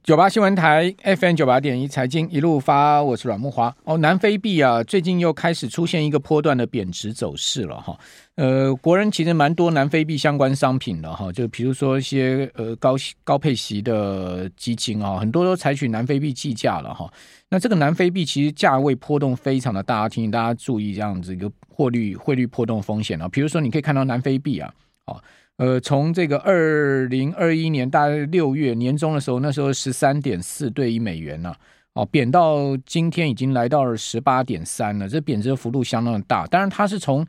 98新闻台 FM 98.1财经一路发，我是阮慕骅。南非币啊，最近又开始出现一个波段的贬值走势了哈。国人其实蛮多南非币相关商品的哈，就比如说一些高配息的基金啊，很多都采取南非币计价了哈。那这个南非币其实价位波动非常的大，提醒大家注意这样子一个汇率波动风险啊。比如说你可以看到南非币啊，从这个2021年大概6月年中的时候，那时候13.4对1美元呢，贬到今天已经来到了18.3了，这贬值的幅度相当的大。当然它是从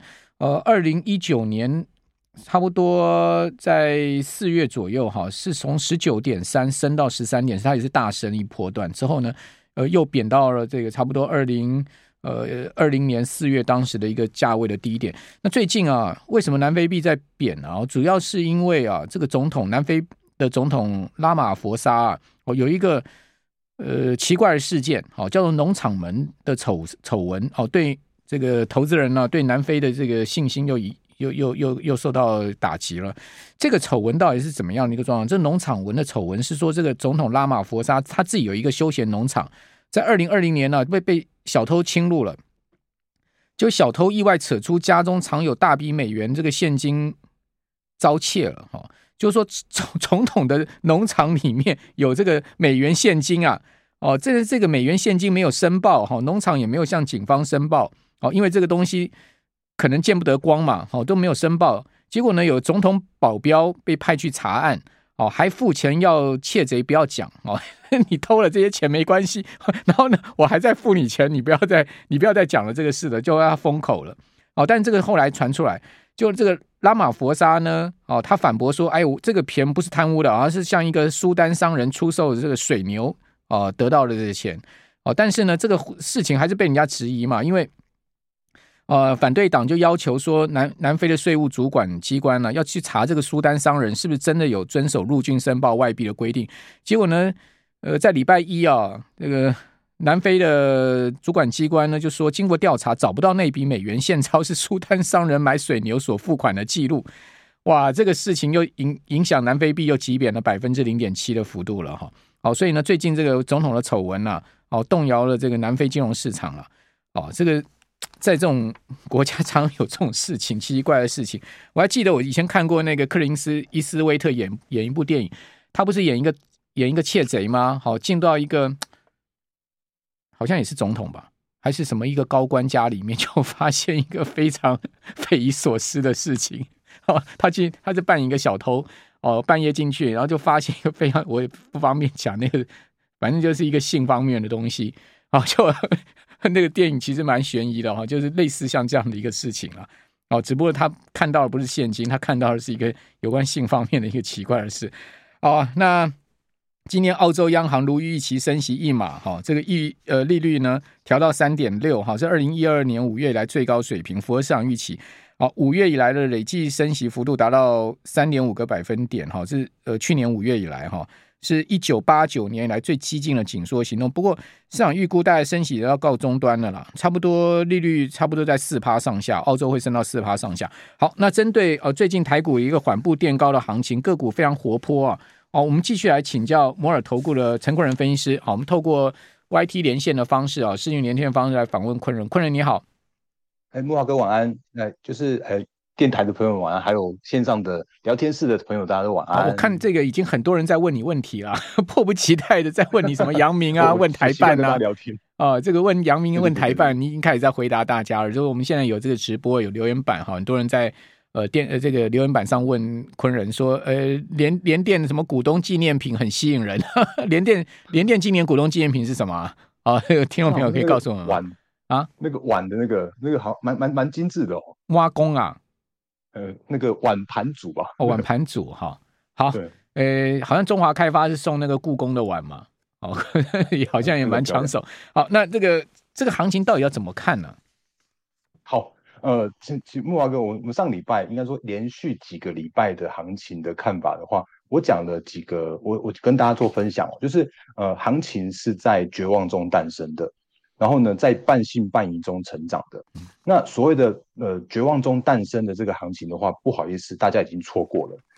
2019年差不多在4月左右哈，是从19.3升到13.4，它也是大升一波段之后呢，又贬到了这个差不多20年4月当时的一个价位的低点。那最近啊，为什么南非币在贬啊？主要是因为啊，这个南非的总统拉马佛沙啊，有一个奇怪的事件，叫做农场门的丑闻，对这个投资人呢，对南非的这个信心又受到打击了。这个丑闻到底是怎么样的一个状况？这农场文的丑闻是说，这个总统拉马佛沙他自己有一个休闲农场，在2020年呢被小偷侵入了，就小偷意外扯出家中藏有大笔美元这个现金遭窃了，就是说总统的农场里面有这个美元现金啊，这个美元现金没有申报，农场也没有向警方申报，因为这个东西可能见不得光嘛，都没有申报。结果呢，有总统保镖被派去查案，还付钱要窃贼不要讲，你偷了这些钱没关系，然后呢，我还在付你钱，你不要再讲了这个事了，就让他封口了。但这个后来传出来，就这个拉马佛沙呢，他反驳说，哎，我这个钱不是贪污的，而是像一个苏丹商人出售的这个水牛得到的这个钱。但是呢，这个事情还是被人家质疑嘛，因为反对党就要求说南非的税务主管机关呢，要去查这个苏丹商人是不是真的有遵守入境申报外币的规定。结果呢，在礼拜一啊，这个南非的主管机关呢就说，经过调查找不到那笔美元现钞是苏丹商人买水牛所付款的记录。哇，这个事情又影响南非币又急贬了 0.7% 的幅度了哈。所以呢，最近这个总统的丑闻啊，动摇了这个南非金融市场了。这个在这种国家常有这种事情，奇怪的事情。我还记得我以前看过那个克林斯伊斯威特演一部电影，他不是演一个窃贼吗？进到一个好像也是总统吧，还是什么一个高官家里面，就发现一个非常匪夷所思的事情。他是扮演一个小偷，半夜进去，然后就发现一个非常，我也不方便讲那个，反正就是一个性方面的东西，就那个电影其实蛮悬疑的，就是类似像这样的一个事情了。只不过他看到的不是现金，他看到的是一个有关性方面的一个奇怪的事。那今年澳洲央行如预期升息1码，这个利率呢调到 3.6%， 是2012年5月以来最高水平，符合市场预期。5月以来的累计升息幅度达到 3.5个百分点，是去年5月以来是1989年以来最激进的紧缩行动。不过市场预估大概升息要告终端了啦，差不多利率差不多在 4% 上下，澳洲会升到 4% 上下。好，那针对最近台股一个缓步垫高的行情，个股非常活泼啊。我们继续来请教摩尔投顾的陈坤仁分析师。我们透过 YT 连线的方式视讯连线的方式来访问坤仁。坤仁你好。 慕骅哥晚安。就是电台的朋友晚安，还有线上的聊天室的朋友大家都晚安。 我看这个已经很多人在问你问题了，迫不及待的在问你什么阳明啊问台办啊， 聊天这个问阳明问台办，你已经开始在回答大家了。就是我们现在有这个直播有留言板，很多人在这个留言板上问坤仁说，联电什么股东纪念品很吸引人，联电今年股东纪念品是什么啊？听众朋友可以告诉我们吗？ 那个碗的那个好蛮精致的挖工啊， 那个碗盘组吧。 碗盘组好，好像中华开发是送那个故宫的碗嘛，好像也蛮抢手。好，那这个行情到底要怎么看呢？ 好，其实慕骅哥，我们上礼拜应该说连续几个礼拜的行情的看法的话，我讲了几个，我跟大家做分享就是行情是在绝望中诞生的。然后呢，在半信半疑中成长的。那所谓的绝望中诞生的这个行情的话，不好意思，大家已经错过了。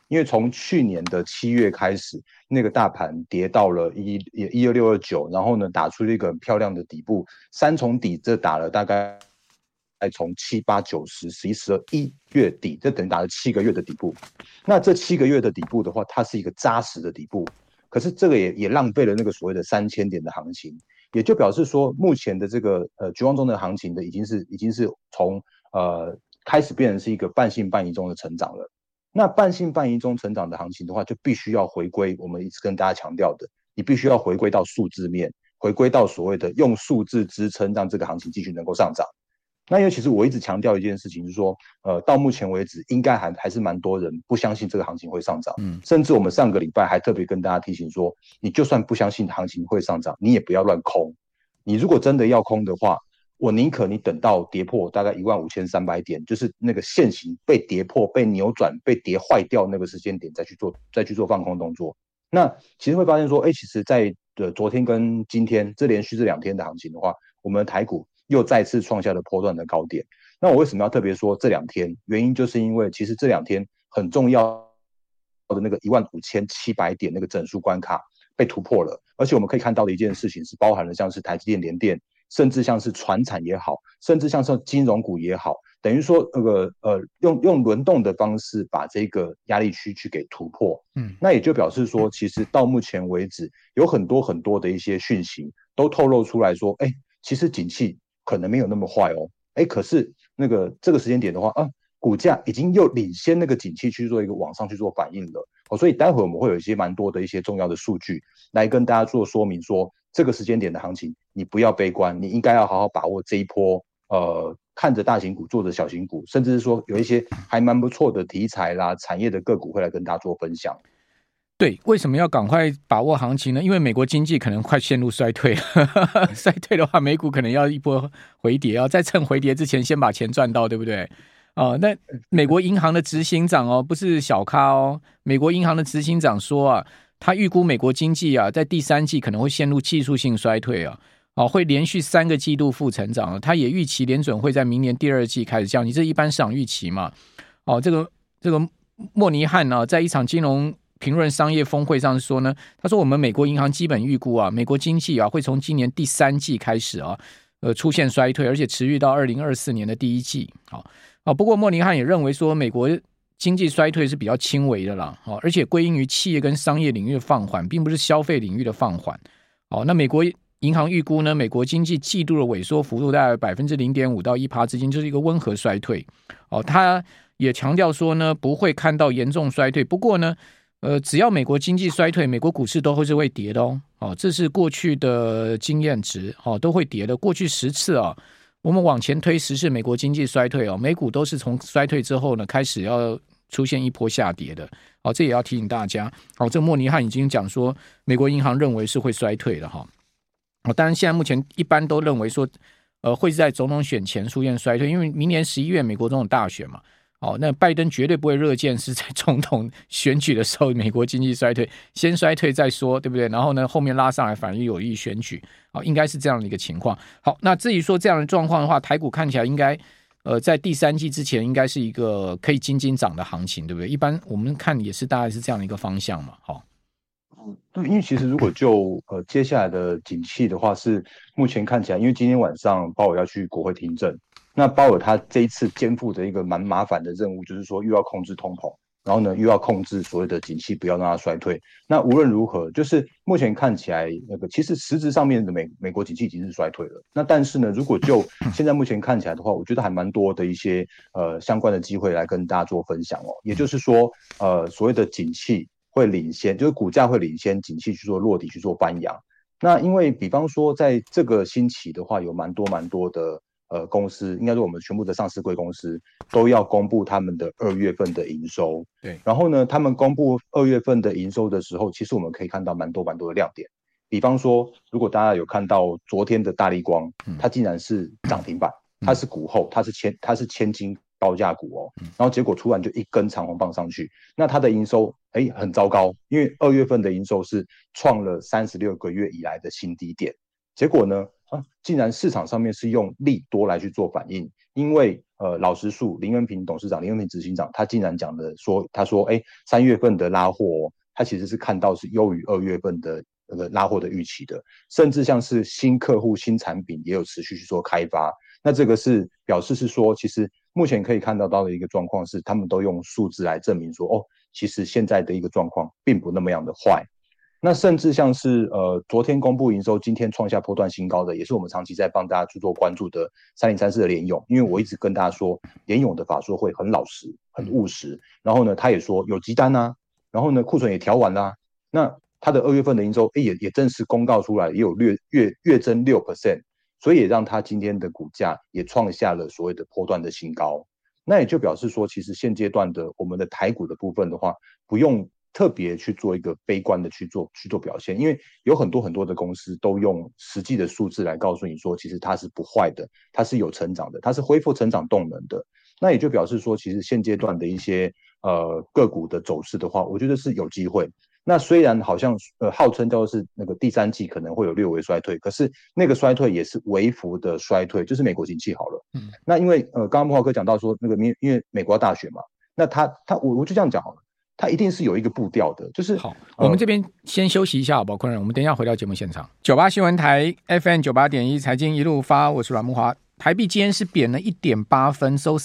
因为从去年的7月开始，那个大盘跌到了12629，然后呢打出了一个很漂亮的底部，三重底，这打了大概从7、8、9、10、11、12、1月底，这等于打了7个月的底部。那这7个月的底部的话，它是一个扎实的底部，可是这个也浪费了那个所谓的3000点的行情，也就表示说，目前的这个绝望中的行情的已经是从开始变成是一个半信半疑中的成长了。那半信半疑中成长的行情的话，就必须要回归我们一直跟大家强调的，你必须要回归到数字面，回归到所谓的用数字支撑，让这个行情继续能够上涨。那因为其实我一直强调一件事情，就是说，到目前为止，应该还是蛮多人不相信这个行情会上涨，甚至我们上个礼拜还特别跟大家提醒说，你就算不相信行情会上涨，你也不要乱空。你如果真的要空的话，我宁可你等到跌破大概15300点，就是那个线型被跌破、被扭转、被跌坏掉那个时间点，再去做放空动作。那其实会发现说，其实在昨天跟今天连续这2天的行情的话，我们的台股又再次创下了波段的高点。那我为什么要特别说这2天？原因就是因为其实这2天很重要的那个15700点那个整数关卡被突破了，而且我们可以看到的一件事情是包含了像是台积电、联电，甚至像是传产也好，甚至像是金融股也好，等于说用轮动的方式把这个压力区去给突破。那也就表示说，其实到目前为止，有很多很多的一些讯息都透露出来说，其实景气可能没有那么坏哦。可是这个时间点的话，股价已经又领先那个景气去做一个往上去做反应了。所以待会我们会有一些蛮多的一些重要的数据来跟大家做说明说，这个时间点的行情你不要悲观，你应该要好好把握这一波看着大型股做着小型股，甚至是说有一些还蛮不错的题材啦产业的个股会来跟大家做分享。 对，为什么要赶快把握行情呢？因为美国经济可能快陷入衰退衰退的话美股可能要一波回跌，在趁回跌之前先把钱赚到，对不对？那美国银行的执行长不是小咖哦。美国银行的执行长说他预估美国经济在第3季可能会陷入技术性衰退会连续3个季度负成长。他也预期联准会在明年第2季开始降息，这一般市场预期嘛。这个莫尼汉在一场金融评论商业峰会上说呢，他说我们美国银行基本预估美国经济会从今年第3季开始出现衰退，而且持续到2024年的第1季。不过莫尼汉也认为说，美国经济衰退是比较轻微的啦，而且归因于企业跟商业领域的放缓，并不是消费领域的放缓。那美国银行预估呢，美国经济季度的萎缩幅度大概 0.5% 到 1% 之间，就是一个温和衰退。他也强调说呢，不会看到严重衰退。不过呢，只要美国经济衰退，美国股市都会跌的这是过去的经验值都会跌的。过去10次我们往前推10次美国经济衰退美股都是从衰退之后呢开始要出现一波下跌的这也要提醒大家这莫尼汉已经讲说美国银行认为是会衰退的当然现在目前一般都认为说会在总统选前出现衰退，因为明年11月美国总统大选嘛。那拜登绝对不会热见是在总统选举的时候美国经济衰退，先衰退再说，对不对？然后呢后面拉上来反而有利选举应该是这样的一个情况。好，那至于说这样的状况的话，台股看起来应该在第3季之前应该是一个可以金涨的行情，对不对？一般我们看也是大概是这样的一个方向嘛。 对，因为其实如果就接下来的景气的话，是目前看起来，因为今天晚上鲍尔要去国会听证，那鲍尔他这一次肩负的一个蛮麻烦的任务，就是说又要控制通膨，然后呢又要控制所谓的景气不要让它衰退。那无论如何，就是目前看起来其实实质上面的美国景气已经是衰退了。那但是呢，如果就现在目前看起来的话，我觉得还蛮多的一些相关的机会来跟大家做分享也就是说所谓的景气会领先，就是股价会领先景气去做落底去做翻扬。那因为比方说在这个星期的话，有蛮多的公司，应该说我们全部的上市柜公司都要公布他们的2月份的营收。 对， 然后呢，他们公布2月份的营收的时候，其实我们可以看到蛮多的亮点。比方说，如果大家有看到昨天的大立光，它竟然是涨停板，它是股后，它是千金高价股然后结果突然就一根长红棒上去，那它的营收很糟糕，因为2月份的营收是创了36个月以来的新低点，结果呢竟然市场上面是用利多来去做反应，因为老实树林恩平董事长、林恩平执行长，他竟然讲的说，他说，3月份的拉货，他其实是看到是优于2月份的那个拉货的预期的，甚至像是新客户、新产品也有持续去做开发。那这个是表示是说，其实目前可以看到的一个状况是，他们都用数字来证明说，其实现在的一个状况并不那么样的坏。那甚至像是昨天公布营收，今天创下波段新高的，也是我们长期在帮大家去做关注的3034的联咏。因为我一直跟大家说，联咏的法说会很老实、很务实，然后呢，他也说有急单啊，然后呢库存也调完啦、那他的2月份的营收也正式公告出来，也有月增6%，所以也让他今天的股价也创下了所谓的波段的新高。那也就表示说，其实现阶段的我们的台股的部分的话，不用特别去做一个悲观的去做表现，因为有很多的公司都用实际的数字来告诉你说，其实它是不坏的，它是有成长的，它是恢复成长动能的。那也就表示说，其实现阶段的一些个股的走势的话，我觉得是有机会。那虽然好像号称叫做是那个第三季可能会有略微衰退，可是那个衰退也是微幅的衰退，就是美国景气好了。那因为刚刚木华哥讲到说那个因为美国要大选嘛，那我就这样讲好了，他一定是有一个步调的，就是好，我们这边先休息一下好不好，坤仁，我们等一下回到节目现场。98新闻台 FM 98.1财经一路发，我是阮木华。台币今天是贬了1.8分，收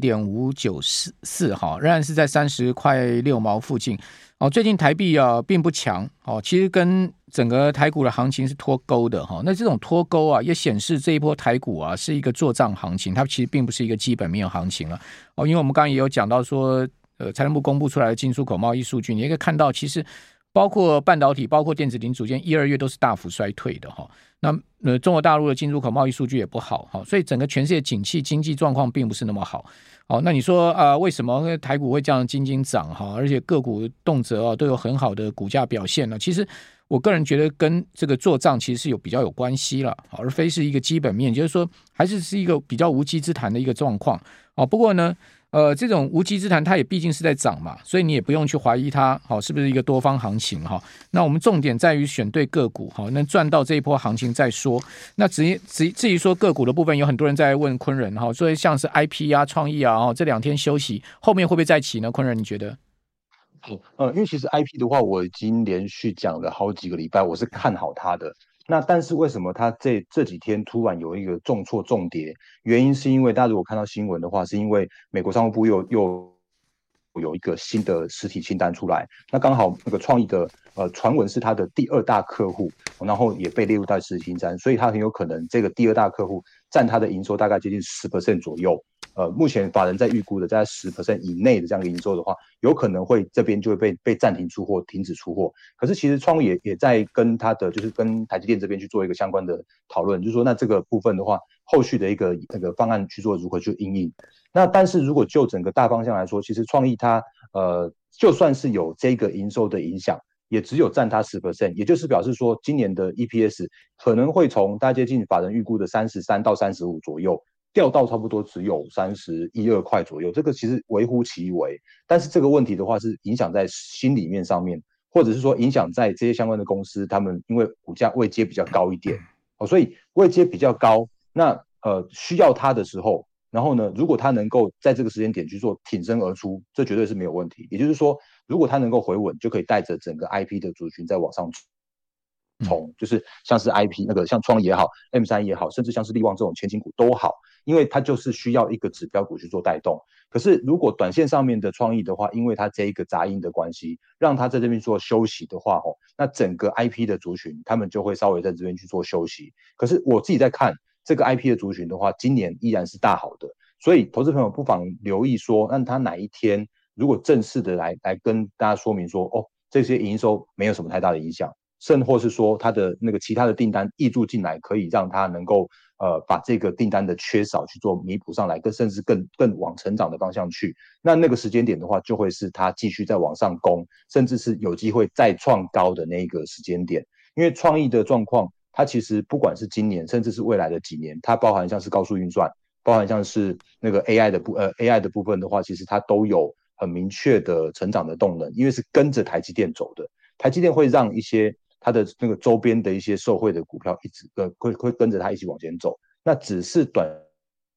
30.594，仍然是在30块6毛附近。最近台币并不强，其实跟整个台股的行情是脱钩的。那这种脱钩也显示这一波台股是一个作账行情，它其实并不是一个基本面行情了。因为我们刚刚也有讲到说，财政部公布出来的进出口贸易数据，你也可以看到，其实包括半导体、包括电子零组件，1、2月都是大幅衰退的。那中国大陆的进出口贸易数据也不好，所以整个全世界景气经济状况并不是那么好。那你说为什么台股会这样斤斤涨而且个股动辄都有很好的股价表现呢？其实我个人觉得跟这个做账其实是比较有关系了，而非是一个基本面，就是说还是一个比较无稽之谈的一个状况。不过呢这种无稽之谈它也毕竟是在涨嘛，所以你也不用去怀疑它是不是一个多方行情。那我们重点在于选对个股，能赚到这一波行情再说。那至于说个股的部分，有很多人在问坤仁，所以像是 IP 创意这2天休息，后面会不会再起呢？坤仁你觉得？ 因为其实 IP 的话，我已经连续讲了好几个礼拜，我是看好它的。那但是为什么它这几天突然有一个重挫重跌？原因是因为大家如果看到新闻的话，是因为美国商务部又有一个新的实体清单出来，那刚好那个创意的传闻是它的第2大客户，然后也被列入到实体清单，所以它很有可能这个第2大客户占它的营收大概接近10% 左右。目前法人在预估的在10% 以内的这样一个营收的话，有可能会这边就会被暂停出货、停止出货。可是其实创意也在跟它的就是跟台积电这边去做一个相关的讨论，就是说那这个部分的话，后续的一个那个方案去做如何去因应。那但是如果就整个大方向来说，其实创意它就算是有这个营收的影响，也只有占它10%，也就是表示说今年的 EPS 可能会从大概接近法人预估的33到35左右，掉到差不多只有31、2块左右，这个其实微乎其微。但是这个问题的话是影响在心里面上面，或者是说影响在这些相关的公司，他们因为股价位阶比较高一点，所以位阶比较高，那需要它的时候，然后呢，如果它能够在这个时间点去做挺身而出，这绝对是没有问题。也就是说，如果它能够回稳，就可以带着整个 IP 的族群再往上冲，就是像是 IP 那个像创意也好 ，M3 也好，甚至像是力旺这种前景股都好，因为它就是需要一个指标股去做带动。可是如果短线上面的创意的话，因为它这一个杂音的关系，让它在这边做休息的话，那整个 IP 的族群他们就会稍微在这边去做休息。可是我自己在看这个 IP 的族群的话，今年依然是大好的，所以投资朋友不妨留意说，那他哪一天如果正式的来跟大家说明说，这些营收没有什么太大的影响，甚或是说他的那个其他的订单挹注进来，可以让他能够把这个订单的缺少去做弥补上来，甚至更往成长的方向去。那个时间点的话，就会是他继续再往上攻，甚至是有机会再创高的那个时间点。因为创意的状况，它其实不管是今年，甚至是未来的几年，它包含像是高速运算，包含像是那个 AI 的部分的话，其实它都有很明确的成长的动能，因为是跟着台积电走的。台积电会让一些它的那个周边的一些受惠的股票一直会跟着它一起往前走。那只是短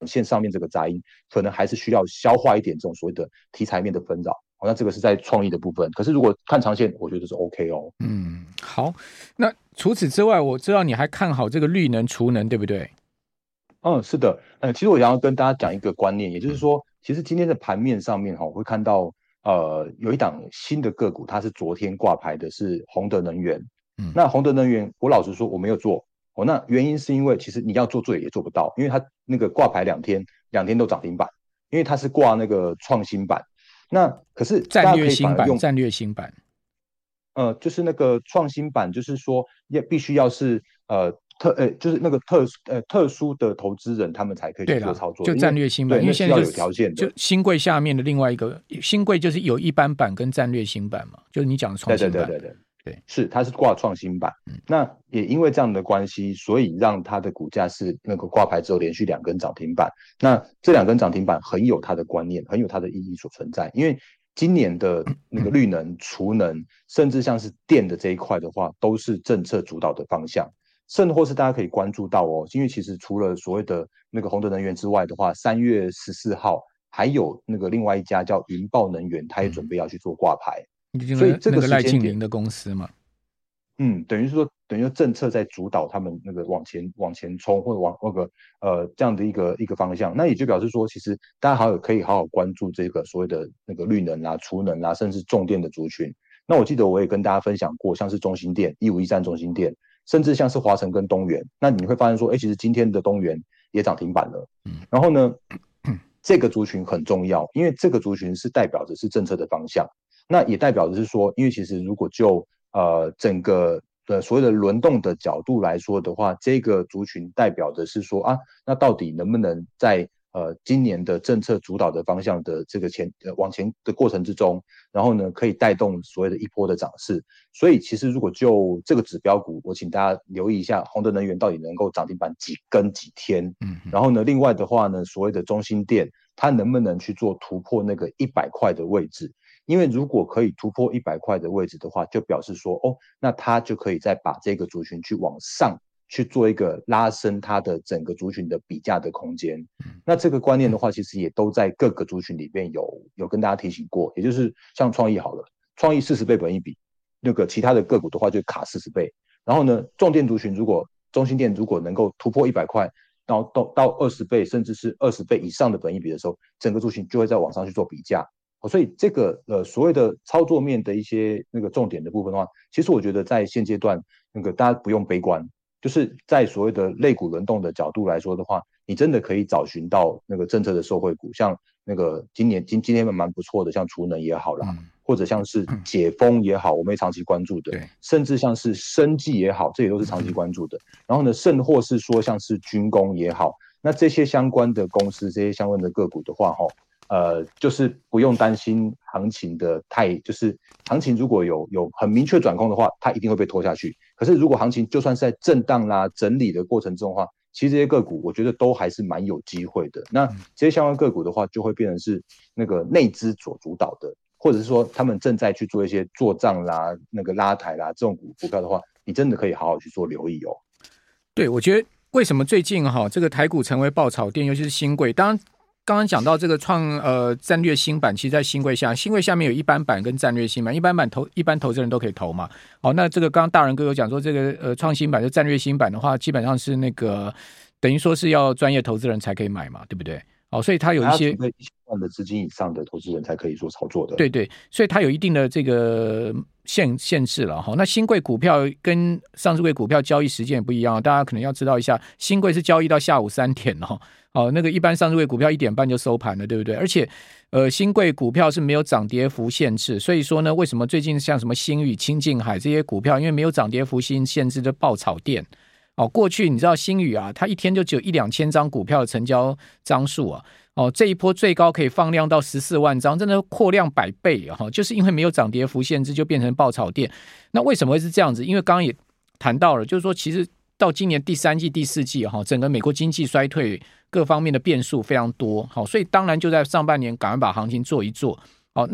线上面这个杂音，可能还是需要消化一点这种所谓的题材面的纷扰。那这个是在创意的部分，可是如果看长线，我觉得是 OK 哦。 好，那除此之外，我知道你还看好这个绿能、储能，对不对？ 是的，其实我想要跟大家讲一个观念，也就是说，其实今天的盘面上面我会看到，有一档新的个股，它是昨天挂牌的，是宏德能源。那宏德能源，我老实说我没有做，那原因是因为其实你要做也做不到，因为它那个挂牌两天都涨停板，因为它是挂那个创新板。那可是战略新版，战略新版， 就是那个创新版，就是说必须要是就是那个特殊的投资人，他们才可以去做操作。 就战略新版，因为现在有条件的， 就新贵下面的另外一个新贵就是有一般版跟战略新版嘛，就是你讲的创新版。 对，是它是挂创新版。那也因为这样的关系，所以让它的股价是那个挂牌之后连续2根涨停板。那这2根涨停板很有它的观念，很有它的意义所存在。因为今年的那个绿能、储能，甚至像是电的这一块的话，都是政策主导的方向。甚或是大家可以关注到哦，因为其实除了所谓的那个宏德能源之外的话，3月14号还有那个另外一家叫云豹能源，它也准备要去做挂牌。所以这个那个赖庆林的公司嘛， 等于说政策在主导他们那个往前冲，或者往那个这样的一个方向。那也就表示说，其实大家可以好好关注这个所谓的那个绿能啦、储能啦，甚至重电的族群。那我记得我也跟大家分享过，像是中兴电、1513中兴电，甚至像是华城跟东元。那你会发现说，其实今天的东元也涨停板了。然后呢，这个族群很重要，因为这个族群是代表着是政策的方向。那也代表的是说，因为其实如果就整个所谓的轮动的角度来说的话，这个族群代表的是说那到底能不能在今年的政策主导的方向的这个往前的过程之中，然后呢可以带动所谓的一波的涨势。所以其实如果就这个指标股，我请大家留意一下宏德能源到底能够涨停板几根几天。然后呢，另外的话呢，所谓的中兴电，它能不能去做突破那个100块的位置？因为如果可以突破100块的位置的话，就表示说那它就可以再把这个族群去往上去做一个拉升它的整个族群的比价的空间。那这个观念的话，其实也都在各个族群里面有跟大家提醒过，也就是像创意好了，创意40倍本益比，那个其他的个股的话就卡40倍。然后呢，重电族群如果中兴电如果能够突破100块，到20倍甚至是20倍以上的本益比的时候，整个族群就会再往上去做比价。所以这个所谓的操作面的一些那个重点的部分的话，其实我觉得在现阶段那个大家不用悲观，就是在所谓的类股轮动的角度来说的话，你真的可以找寻到那个政策的受惠股，像那个今天蛮不错的，像储能也好啦，或者像是解封也好，我们也长期关注的，甚至像是生技也好，这也都是长期关注的。然后呢，甚或是说像是军工也好，那这些相关的公司，这些相关的个股的话，就是不用担心行情的就是行情如果有很明确转空的话，它一定会被拖下去。可是如果行情就算是在震荡啦、整理的过程中的话，其实这些个股我觉得都还是蛮有机会的。那这些相关个股的话，就会变成是那个内资所主导的，或者是说他们正在去做一些做账啦、那个拉抬啦这种股票的话，你真的可以好好去做留意哦。 对，我觉得为什么最近这个台股成为爆炒店，尤其是新贵，当然。刚刚讲到这个战略新版，其实在新贵下面有一般版跟战略新版，一般版一般投资人都可以投嘛。好，那这个刚刚大人哥有讲说，这个创新版就战略新版的话，基本上是那个等于说是要专业投资人才可以买嘛，对不对？哦，所以它有一些 1万的资金以上的投资人才可以做操作的。 对，所以它有一定的这个限制了哈。那新贵股票跟上市贵股票交易时间也不一样，大家可能要知道一下，新贵是交易到下午3点哈。那个一般上市柜股票1点半就收盘了，对不对？而且，新贵股票是没有涨跌幅限制，所以说呢，为什么最近像什么星宇、清境海这些股票，因为没有涨跌幅限制的爆炒店。过去你知道星宇它一天就只有1-2千张股票的成交张数啊。这一波最高可以放量到14万张，真的扩量100倍啊！就是因为没有涨跌幅限制，就变成爆炒店。那为什么会是这样子？因为刚刚也谈到了，就是说其实到今年第3季、第4季整个美国经济衰退各方面的变数非常多，所以当然就在上半年赶快把行情做一做。那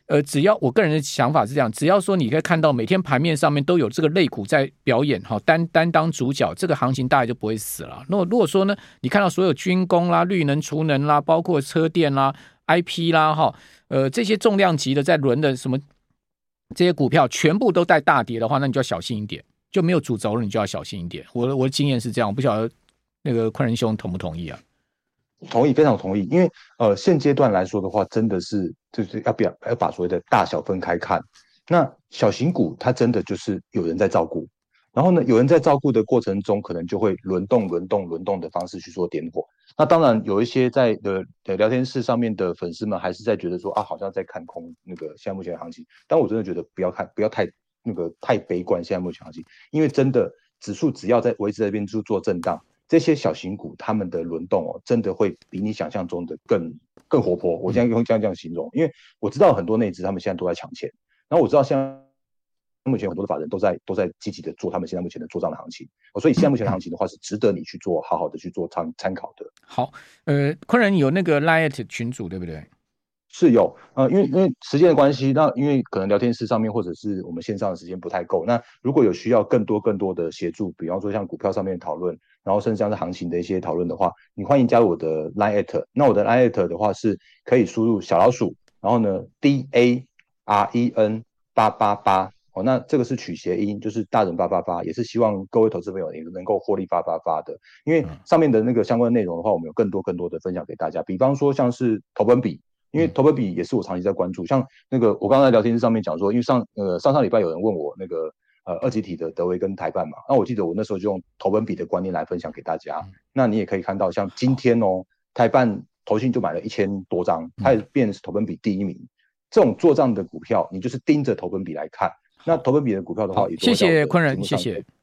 只要我个人的想法是这样，只要说你可以看到每天盘面上面都有这个类股在表演，担当主角，这个行情大概就不会死了。那如果说呢，你看到所有军工啦、绿能、储能啦，包括车电啦、IP 啦，这些重量级的在轮的什么这些股票全部都带大跌的话，那你就要小心一点，就没有主轴了，你就要小心一点。我的经验是这样，我不晓得那个坤仁兄同不同意啊？ 同意，非常同意。因为现阶段来说的话，真的是就是要把所谓的大小分开看。那小型股它真的就是有人在照顾，然后呢，有人在照顾的过程中，可能就会轮动的方式去做点火。那当然有一些在的聊天室上面的粉丝们还是在觉得说啊，好像在看空那个现在目前的行情。但我真的觉得不要太悲观现在目前行情，因为真的指数只要在维持在这边做震荡。这些小型股他们的轮动真的会比你想象中的更活泼。我现在用这样形容，因为我知道很多内资他们现在都在抢钱，然后我知道现在目前很多的法人都在积极的做他们现在目前的做账的行情，所以现在目前的行情的话是值得你去做好好的去做参考的。 好，坤仁有那个 Line 群组对不对？ 是有，因为时间的关系，那因为可能聊天室上面或者是我们线上的时间不太够，那如果有需要更多的协助，比方说像股票上面的讨论，然后甚至像是行情的一些讨论的话，你欢迎加入我的 Line@， 那我的 Line@ 的话是可以输入小老鼠，然后呢 DAREN888，那这个是取谐音，就是大人888，也是希望各位投资朋友也能够获利888的，因为上面的那个相关内容的话，我们有更多的分享给大家，比方说像是投本比。因为投本比也是我长期在关注，像那个我刚才在聊天室上面讲说，因为上礼拜有人问我那个二级体的德微跟台半嘛，那我记得我那时候就用投本比的观念来分享给大家。那你也可以看到，像今天台半投信就买了1000多张，它也变成是投本比第一名。这种做账的股票，你就是盯着投本比来看。那投本比的股票的话， 谢谢坤仁，谢谢。